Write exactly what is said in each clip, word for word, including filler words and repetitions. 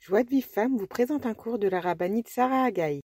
Joie de Vive Femme vous présente un cours de la rabbinite Sarah Hagaï.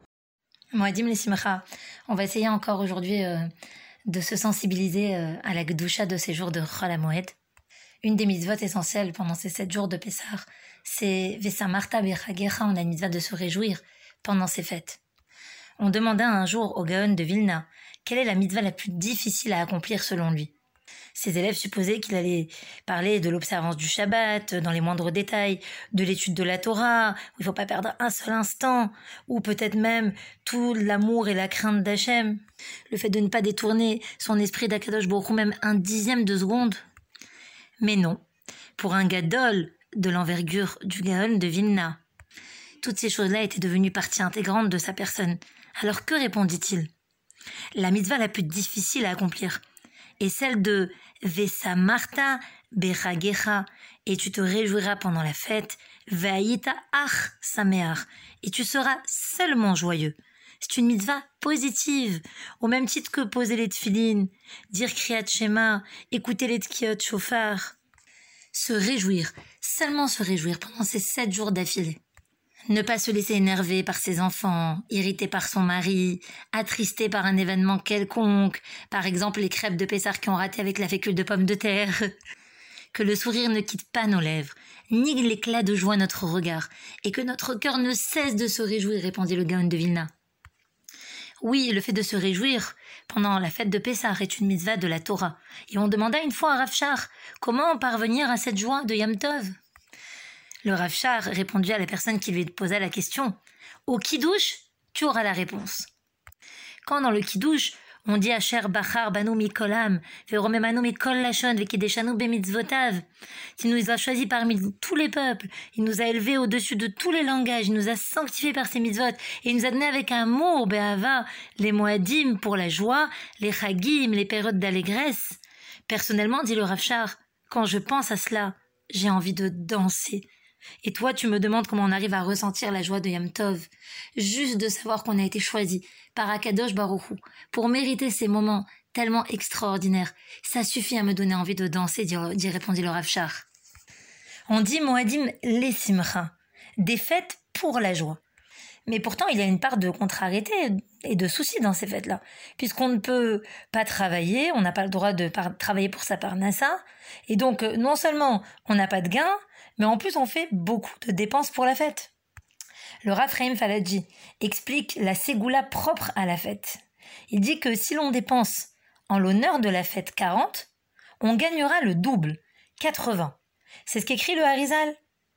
Moadim les Simcha, on va essayer encore aujourd'hui euh, de se sensibiliser euh, à la Gdusha de ces jours de Chol HaMoed. Une des mitzvot essentielles pendant ces sept jours de Pessah, c'est Vesamarta Bechagecha, on a une mitzvah de se réjouir pendant ces fêtes. On demanda un jour au Gaon de Vilna quelle est la mitzvah la plus difficile à accomplir selon lui. Ses élèves supposaient qu'il allait parler de l'observance du Shabbat, dans les moindres détails, de l'étude de la Torah, où il ne faut pas perdre un seul instant, ou peut-être même tout l'amour et la crainte d'Hachem, le fait de ne pas détourner son esprit d'Akadosh Baruch Hu même un dixième de seconde. Mais non, pour un gadol de l'envergure du Gaon de Vilna, toutes ces choses-là étaient devenues partie intégrante de sa personne. Alors que répondit-il ? La mitzvah la plus difficile à accomplir est celle de Vesamarta Bechagecha, et tu te réjouiras pendant la fête, Ve'ayita ach sameach, et tu seras seulement joyeux. C'est une mitzvah positive, au même titre que poser les tefilines, dire Kriyat Shema, écouter les tkiyot shofar. Se réjouir, seulement se réjouir pendant ces sept jours d'affilée. Ne pas se laisser énerver par ses enfants, irrité par son mari, attristé par un événement quelconque, par exemple les crêpes de Pessah qui ont raté avec la fécule de pommes de terre. Que le sourire ne quitte pas nos lèvres, ni l'éclat de joie notre regard, et que notre cœur ne cesse de se réjouir, répondit le Gaon de Vilna. Oui, le fait de se réjouir pendant la fête de Pessah est une mitzvah de la Torah. Et on demanda une fois à Rav Shar comment parvenir à cette joie de Yom Tov. Le Rav Shar répondit à la personne qui lui posa la question « Au Kiddush, tu auras la réponse. » Quand dans le Kiddush, on dit « Asher bachar banu mikolam, veromemanu mikol lashon, vekideshanu bemitzvotav » il nous a choisis parmi tous les peuples, il nous a élevés au-dessus de tous les langages, il nous a sanctifiés par ses mitzvot, et il nous a donné avec amour, be'ava, les moadim pour la joie, les chagim, les périodes d'allégresse. Personnellement, dit le Rav Shar, quand je pense à cela, j'ai envie de danser. Et toi, tu me demandes comment on arrive à ressentir la joie de Yom Tov. Juste de savoir qu'on a été choisi par Akadosh Baruch Hu pour mériter ces moments tellement extraordinaires. Ça suffit à me donner envie de danser, dit, dit répondit le Rav Shar. On dit Moadim les Simcha, des fêtes pour la joie. Mais pourtant, il y a une part de contrariété et de soucis dans ces fêtes-là, puisqu'on ne peut pas travailler, on n'a pas le droit de par- travailler pour sa parnassa, et donc non seulement on n'a pas de gain, mais en plus on fait beaucoup de dépenses pour la fête. Le Rav Chaim Faladji explique la ségoula propre à la fête. Il dit que si l'on dépense en l'honneur de la fête quarante, on gagnera le double, quatre-vingts. C'est ce qu'écrit le Harizal.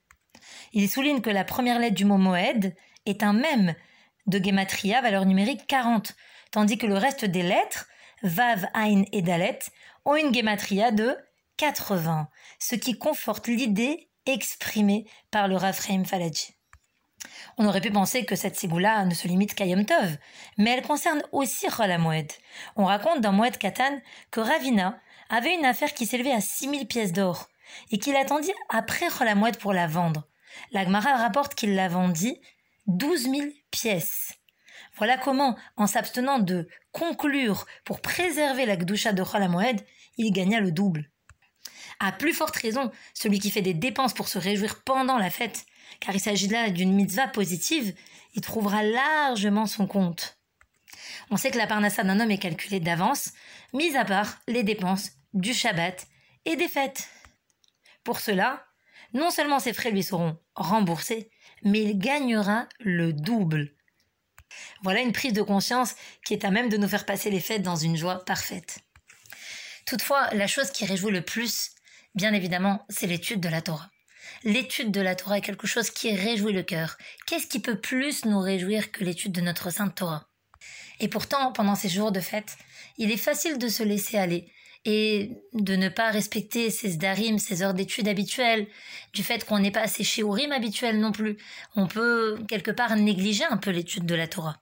Il souligne que la première lettre du mot Moed est un mème de Gematria, valeur numérique quarante, tandis que le reste des lettres, Vav, Ain et Dalet, ont une Gematria de quatre-vingts, ce qui conforte l'idée exprimée par le Rav Chaim Faladji. On aurait pu penser que cette ségoula ne se limite qu'à Yom Tov, mais elle concerne aussi Chol HaMoed. On raconte dans Moed Katan que Ravina avait une affaire qui s'élevait à six mille pièces d'or et qu'il attendit après Chol HaMoed pour la vendre. La Gemara rapporte qu'il la vendit douze mille pièces. Voilà comment, en s'abstenant de conclure pour préserver la Gdusha de Chol HaMoed, il gagna le double. À plus forte raison, celui qui fait des dépenses pour se réjouir pendant la fête, car il s'agit là d'une mitzvah positive, il trouvera largement son compte. On sait que la parnassa d'un homme est calculée d'avance, mis à part les dépenses du Shabbat et des fêtes. Pour cela, non seulement ses frais lui seront remboursés, mais il gagnera le double. Voilà une prise de conscience qui est à même de nous faire passer les fêtes dans une joie parfaite. Toutefois, la chose qui réjouit le plus, bien évidemment, c'est l'étude de la Torah. L'étude de la Torah est quelque chose qui réjouit le cœur. Qu'est-ce qui peut plus nous réjouir que l'étude de notre Sainte Torah ? Et pourtant, pendant ces jours de fête, il est facile de se laisser aller et de ne pas respecter ses sdarim, ses heures d'études habituelles, du fait qu'on n'est pas à ses shiurim habituels non plus. On peut quelque part négliger un peu l'étude de la Torah.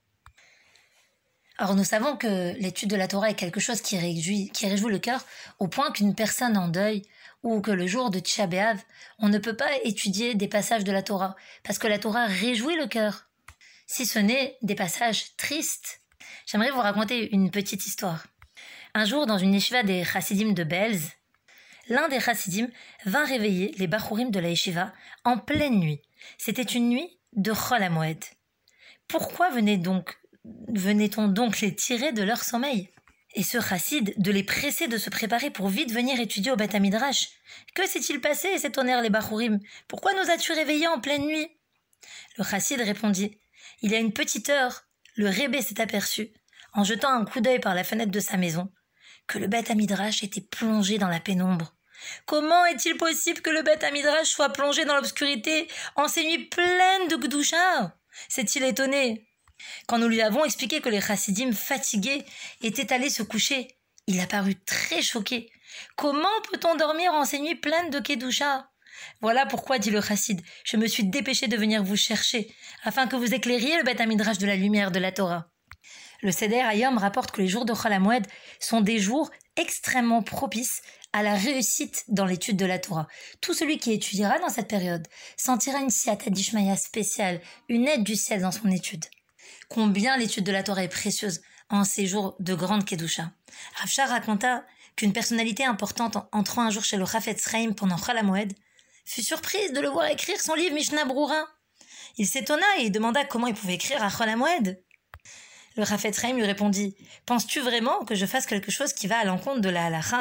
Or, nous savons que l'étude de la Torah est quelque chose qui réjouit, qui réjouit le cœur au point qu'une personne en deuil ou que le jour de Tisha B'Av, on ne peut pas étudier des passages de la Torah parce que la Torah réjouit le cœur. Si ce n'est des passages tristes. J'aimerais vous raconter une petite histoire. Un jour, dans une yeshiva des chassidim de Belz, l'un des chassidim vint réveiller les bachourim de la yeshiva en pleine nuit C'était une nuit de Chol HaMoed. Pourquoi venait donc, venait-on donc les tirer de leur sommeil? Et ce chassid de les presser de se préparer pour vite venir étudier au Beth Amidrash. Que s'est-il passé, s'étonnèrent les Bachourim? Pourquoi nous as-tu réveillés en pleine nuit? Le chassid répondit, il y a une petite heure, le Rébé s'est aperçu, en jetant un coup d'œil par la fenêtre de sa maison, que le Beth Amidrash était plongé dans la pénombre. Comment est-il possible que le Beth Amidrash soit plongé dans l'obscurité en ces nuits pleines de Gdoucha? S'est-il étonné? Quand nous lui avons expliqué que les chassidim fatigués étaient allés se coucher, il a paru très choqué. Comment peut-on dormir en ces nuits pleines de Kedusha? Voilà pourquoi, dit le chassid, je me suis dépêché de venir vous chercher, afin que vous éclairiez le Beth Amidrash de la lumière de la Torah. Le Seder Hayom rapporte que les jours de Chol HaMoed sont des jours extrêmement propices à la réussite dans l'étude de la Torah. Tout celui qui étudiera dans cette période sentira une siyata d'Ishmaïa spéciale, une aide du ciel dans son étude. Combien l'étude de la Torah est précieuse en ces jours de grande Kedusha. Rav Shar raconta qu'une personnalité importante entrant un jour chez le Chafetz Chaim pendant Chol HaMoed fut surprise de le voir écrire son livre Mishnah Brura. Il s'étonna et demanda comment il pouvait écrire à Chol HaMoed. Le Chafetz Chaim lui répondit « Penses-tu vraiment que je fasse quelque chose qui va à l'encontre de la halacha ?»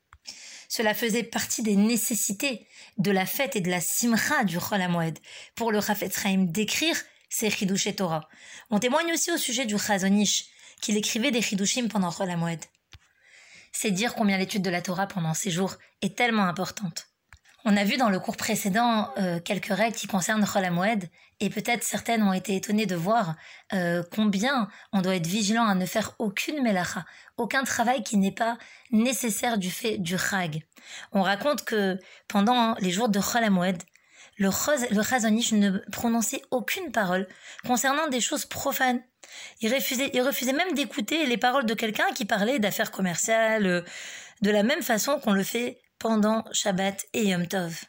Cela faisait partie des nécessités de la fête et de la simcha du Chol HaMoed pour le Chafetz Chaim d'écrire ses Chidushé Torah. On témoigne aussi au sujet du Chazon Ish, qu'il écrivait des Chidushim pendant Chol HaMoed. C'est dire combien l'étude de la Torah pendant ces jours est tellement importante. On a vu dans le cours précédent euh, quelques règles qui concernent Chol HaMoed, et peut-être certaines ont été étonnées de voir euh, combien on doit être vigilant à ne faire aucune melacha, aucun travail qui n'est pas nécessaire du fait du chag. On raconte que pendant les jours de Chol HaMoed, le, le Chazon Ish ne prononçait aucune parole concernant des choses profanes. Il refusait, il refusait même d'écouter les paroles de quelqu'un qui parlait d'affaires commerciales, de la même façon qu'on le fait pendant Shabbat et Yom Tov.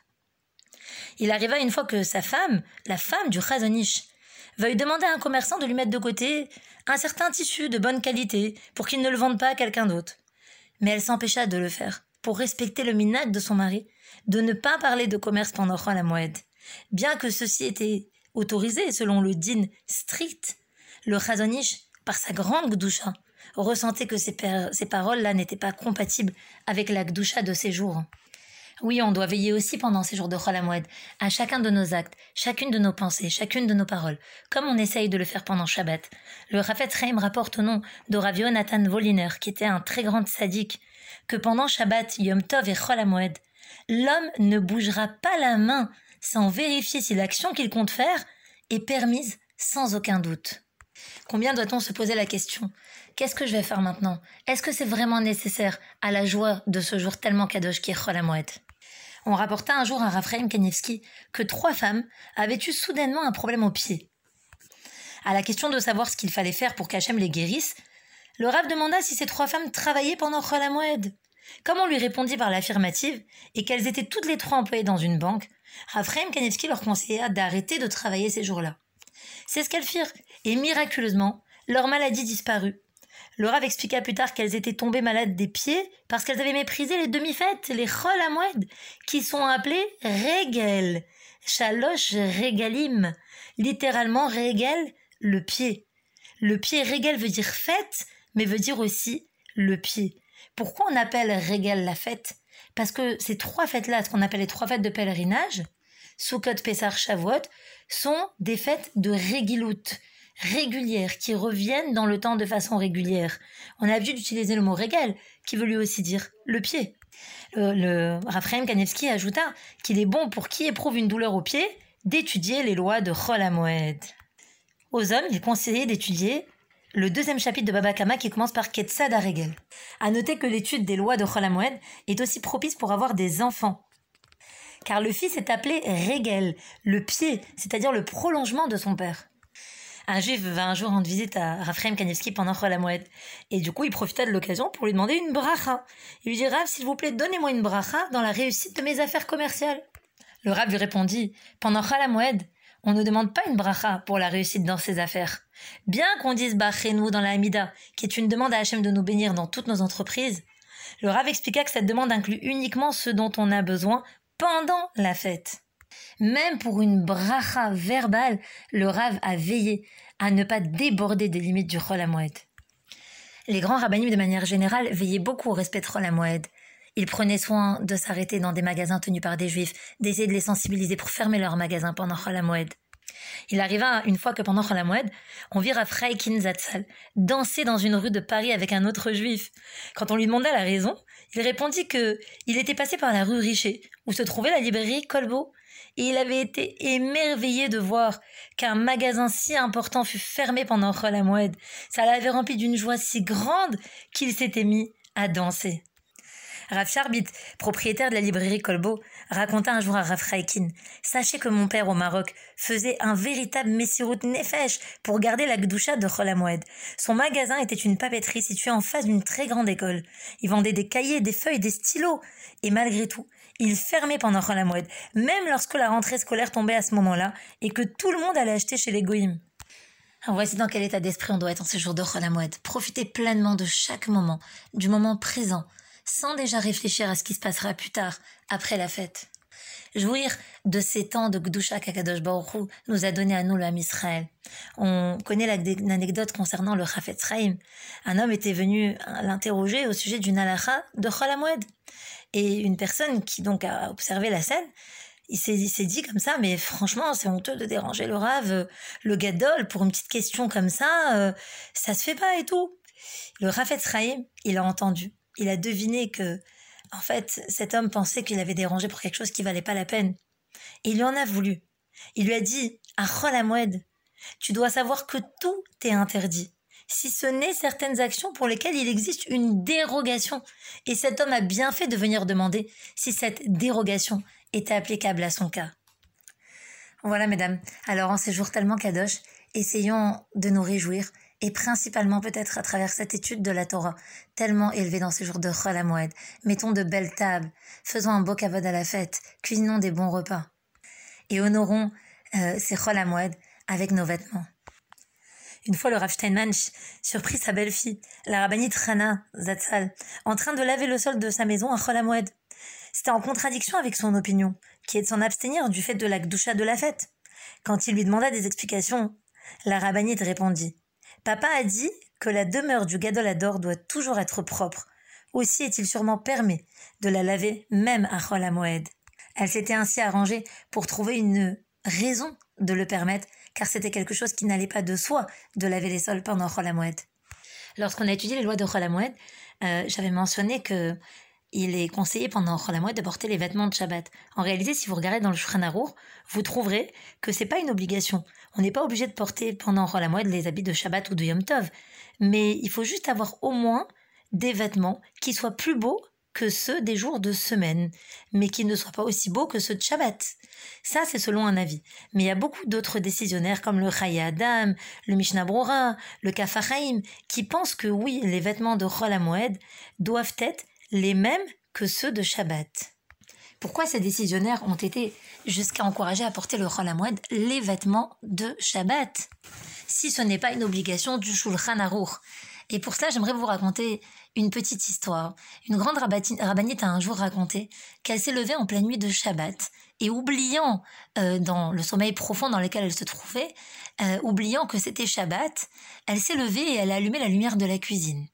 Il arriva une fois que sa femme, la femme du Chazon Ish, veuille demander à un commerçant de lui mettre de côté un certain tissu de bonne qualité pour qu'il ne le vende pas à quelqu'un d'autre. Mais elle s'empêcha de le faire pour respecter le minhag de son mari, de ne pas parler de commerce pendant Chol HaMoed. Bien que ceci était autorisé selon le din strict, le Chazon Ish, par sa grande gdoucha, ressentait que ces, ces paroles-là n'étaient pas compatibles avec la gdoucha de ces jours. Oui, on doit veiller aussi pendant ces jours de Chol HaMoed à chacun de nos actes, chacune de nos pensées, chacune de nos paroles, comme on essaye de le faire pendant Shabbat. Le Chafetz Chaim rapporte au nom de Rav Yonatan Woliner, qui était un très grand sadique, que pendant Shabbat, Yom Tov et Chol HaMoed, l'homme ne bougera pas la main sans vérifier si l'action qu'il compte faire est permise sans aucun doute. Combien doit-on se poser la question? Qu'est-ce que je vais faire maintenant? Est-ce que c'est vraiment nécessaire à la joie de ce jour tellement kadosh qui est Chol HaMoed? On rapporta un jour à Rav Chaim Kanievski que trois femmes avaient eu soudainement un problème au pied. À la question de savoir ce qu'il fallait faire pour qu'Hachem les guérisse, le Rav demanda si ces trois femmes travaillaient pendant Chol HaMoed. Comme on lui répondit par l'affirmative et qu'elles étaient toutes les trois employées dans une banque, Rav Chaim Kanievski leur conseilla d'arrêter de travailler ces jours-là. C'est ce qu'elles firent, et miraculeusement, leur maladie disparut. Le Rav expliqua plus tard qu'elles étaient tombées malades des pieds parce qu'elles avaient méprisé les demi-fêtes, les Chol HaMoed, qui sont appelées Regel, Shalosh Regalim, littéralement Regel, le pied. Le pied Regel veut dire fête, mais veut dire aussi le pied. Pourquoi on appelle Regel la fête? Parce que ces trois fêtes-là, ce qu'on appelle les trois fêtes de pèlerinage, Sukkot, Pessah, Shavuot, sont des fêtes de Regilut, régulières, qui reviennent dans le temps de façon régulière. On a vu d'utiliser le mot Regel, qui veut lui aussi dire le pied. Le, le Rav Chaim Kanievski ajouta qu'il est bon pour qui éprouve une douleur au pied d'étudier les lois de Chol HaMoed. Aux hommes, il conseillait d'étudier le deuxième chapitre de Baba Kama qui commence par Ketzad HaRegel. À noter que l'étude des lois de Chol HaMoed est aussi propice pour avoir des enfants. Car le fils est appelé Regel, le pied, c'est-à-dire le prolongement de son père. Un juif vint un jour rendre visite à Rav Chaim Kanievski pendant Chol HaMoed, et du coup il profita de l'occasion pour lui demander une bracha. Il lui dit « Rav, s'il vous plaît, donnez-moi une bracha dans la réussite de mes affaires commerciales. » Le Rav lui répondit « Pendant Chol HaMoed, on ne demande pas une bracha pour la réussite dans ses affaires. Bien qu'on dise Bachenu dans la Hamida, qui est une demande à Hachem de nous bénir dans toutes nos entreprises, le Rav expliqua que cette demande inclut uniquement ce dont on a besoin pendant la fête. Même pour une bracha verbale, le Rav a veillé à ne pas déborder des limites du Chol HaMoed. Les grands rabbinim, de manière générale, veillaient beaucoup au respect de Chol HaMoed. Ils prenaient soin de s'arrêter dans des magasins tenus par des juifs, d'essayer de les sensibiliser pour fermer leurs magasins pendant Chol HaMoed. Il arriva une fois que pendant Chol HaMoed, on vit Rav Chaikin Zatzal danser dans une rue de Paris avec un autre juif. Quand on lui demanda la raison, il répondit que il était passé par la rue Richer, où se trouvait la librairie Kolbo, et il avait été émerveillé de voir qu'un magasin si important fut fermé pendant Chol HaMoed. Ça l'avait rempli d'une joie si grande qu'il s'était mis à danser. Rav Sharbit, propriétaire de la librairie Kolbo, raconta un jour à Rav Chaikin « Sachez que mon père au Maroc faisait un véritable messirut nefesh pour garder la gdoucha de Chol HaMoed. Son magasin était une papeterie située en face d'une très grande école. Il vendait des cahiers, des feuilles, des stylos. Et malgré tout, il fermait pendant Chol HaMoed, même lorsque la rentrée scolaire tombait à ce moment-là et que tout le monde allait acheter chez les goïms. » Voici dans quel état d'esprit on doit être en ce jour de Chol HaMoed. Profitez pleinement de chaque moment, du moment présent, sans déjà réfléchir à ce qui se passera plus tard, après la fête. Jouir de ces temps de Gdusha qu'Akadosh Baruch Hu nous a donné à nous, le Ham Israël. On connaît l'anecdote concernant le Chafetz Chaim. Un homme était venu l'interroger au sujet d'une halakha de Chol HaMoed. Et une personne qui donc a observé la scène, il s'est, il s'est dit comme ça, mais franchement, c'est honteux de déranger le Rav, le Gadol, pour une petite question comme ça, euh, ça se fait pas et tout. Le Chafetz Chaim, il a entendu. Il a deviné que, en fait, cet homme pensait qu'il avait dérangé pour quelque chose qui valait pas la peine. Et il lui en a voulu. Il lui a dit, à Chol HaMoed, tu dois savoir que tout est interdit, si ce n'est certaines actions pour lesquelles il existe une dérogation. Et cet homme a bien fait de venir demander si cette dérogation était applicable à son cas. Voilà, mesdames. Alors, en ces jours tellement kadosh, essayons de nous réjouir, et principalement peut-être à travers cette étude de la Torah, tellement élevée dans ces jours de Chol HaMoed. Mettons de belles tables, faisons un beau kavod à la fête, cuisinons des bons repas. Et honorons euh, ces Chol HaMoed avec nos vêtements. Une fois, le Rav Steinman surprit sa belle-fille, la rabbinite Chana Zatzal, en train de laver le sol de sa maison à Chol HaMoed. C'était en contradiction avec son opinion, qui est de s'en abstenir du fait de la gdoucha de la fête. Quand il lui demanda des explications, la rabbinite répondit: Papa a dit que la demeure du Gadol Hador doit toujours être propre. Aussi est-il sûrement permis de la laver même à Chol HaMoed. Elle s'était ainsi arrangée pour trouver une raison de le permettre, car c'était quelque chose qui n'allait pas de soi de laver les sols pendant Chol HaMoed. Lorsqu'on a étudié les lois de Chol HaMoed, euh, j'avais mentionné que il est conseillé pendant Chol HaMoed de porter les vêtements de Shabbat. En réalité, si vous regardez dans le Shulchan Arour, vous trouverez que c'est pas une obligation. On n'est pas obligé de porter pendant Chol HaMoed les habits de Shabbat ou de Yom Tov. Mais il faut juste avoir au moins des vêtements qui soient plus beaux que ceux des jours de semaine, mais qui ne soient pas aussi beaux que ceux de Shabbat. Ça, c'est selon un avis. Mais il y a beaucoup d'autres décisionnaires comme le Chayei Adam, le Mishnah Brura, le Kaf HaChaim, qui pensent que oui, les vêtements de Chol HaMoed doivent être les mêmes que ceux de Shabbat. Pourquoi ces décisionnaires ont été jusqu'à encourager à porter le Chol HaMoed les vêtements de Shabbat, si ce n'est pas une obligation du Shulchan Arour? Et pour cela, j'aimerais vous raconter une petite histoire. Une grande rabbinite a un jour raconté qu'elle s'est levée en pleine nuit de Shabbat et oubliant, euh, dans le sommeil profond dans lequel elle se trouvait, euh, oubliant que c'était Shabbat, elle s'est levée et elle a allumé la lumière de la cuisine.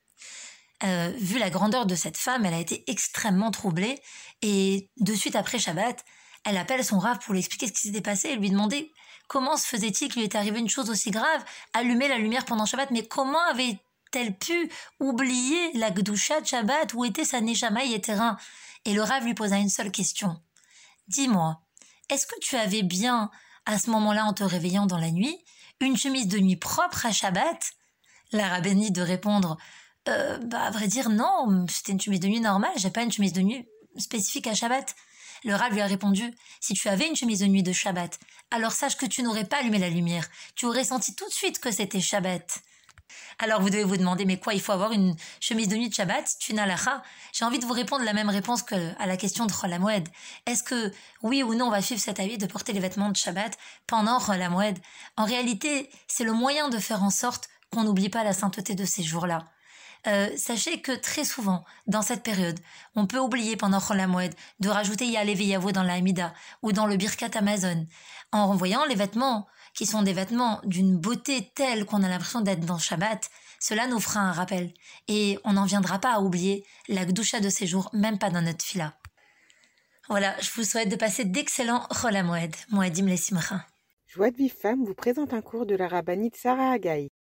Euh, vu la grandeur de cette femme, elle a été extrêmement troublée et de suite après Shabbat, elle appelle son Rav pour lui expliquer ce qui s'était passé et lui demander comment se faisait-il qu'il lui était arrivé une chose aussi grave, allumer la lumière pendant Shabbat, mais comment avait-elle pu oublier la Gdusha de Shabbat, où était sa Neshama, et cetera. Et le Rav lui posa une seule question. Dis-moi, est-ce que tu avais bien, à ce moment-là, en te réveillant dans la nuit, une chemise de nuit propre à Shabbat? La rabbinite de répondre Euh, bah, à vrai dire, non, c'était une chemise de nuit normale, j'ai pas une chemise de nuit spécifique à Shabbat. Le Rav lui a répondu, si tu avais une chemise de nuit de Shabbat, alors sache que tu n'aurais pas allumé la lumière, tu aurais senti tout de suite que c'était Shabbat. Alors vous devez vous demander, mais quoi, il faut avoir une chemise de nuit de Shabbat, c'est une halakha? J'ai envie de vous répondre la même réponse que à la question de Chol HaMoed. Est-ce que, oui ou non, on va suivre cet avis de porter les vêtements de Shabbat pendant Chol HaMoed? En réalité, c'est le moyen de faire en sorte qu'on n'oublie pas la sainteté de ces jours-là. Euh, sachez que très souvent, dans cette période, on peut oublier pendant Chol HaMoed de rajouter Ya'aleh V'Yavo dans la Hamida ou dans le Birkat Amazon, en renvoyant les vêtements qui sont des vêtements d'une beauté telle qu'on a l'impression d'être dans Shabbat. Cela nous fera un rappel et on n'en viendra pas à oublier la Gdusha de ces jours, même pas dans notre fila. Voilà, je vous souhaite de passer d'excellents Chol HaMoed. Moedim les Simcha. Joie de Vive Femme vous présente un cours de la rabbinite Sarah Hagaï.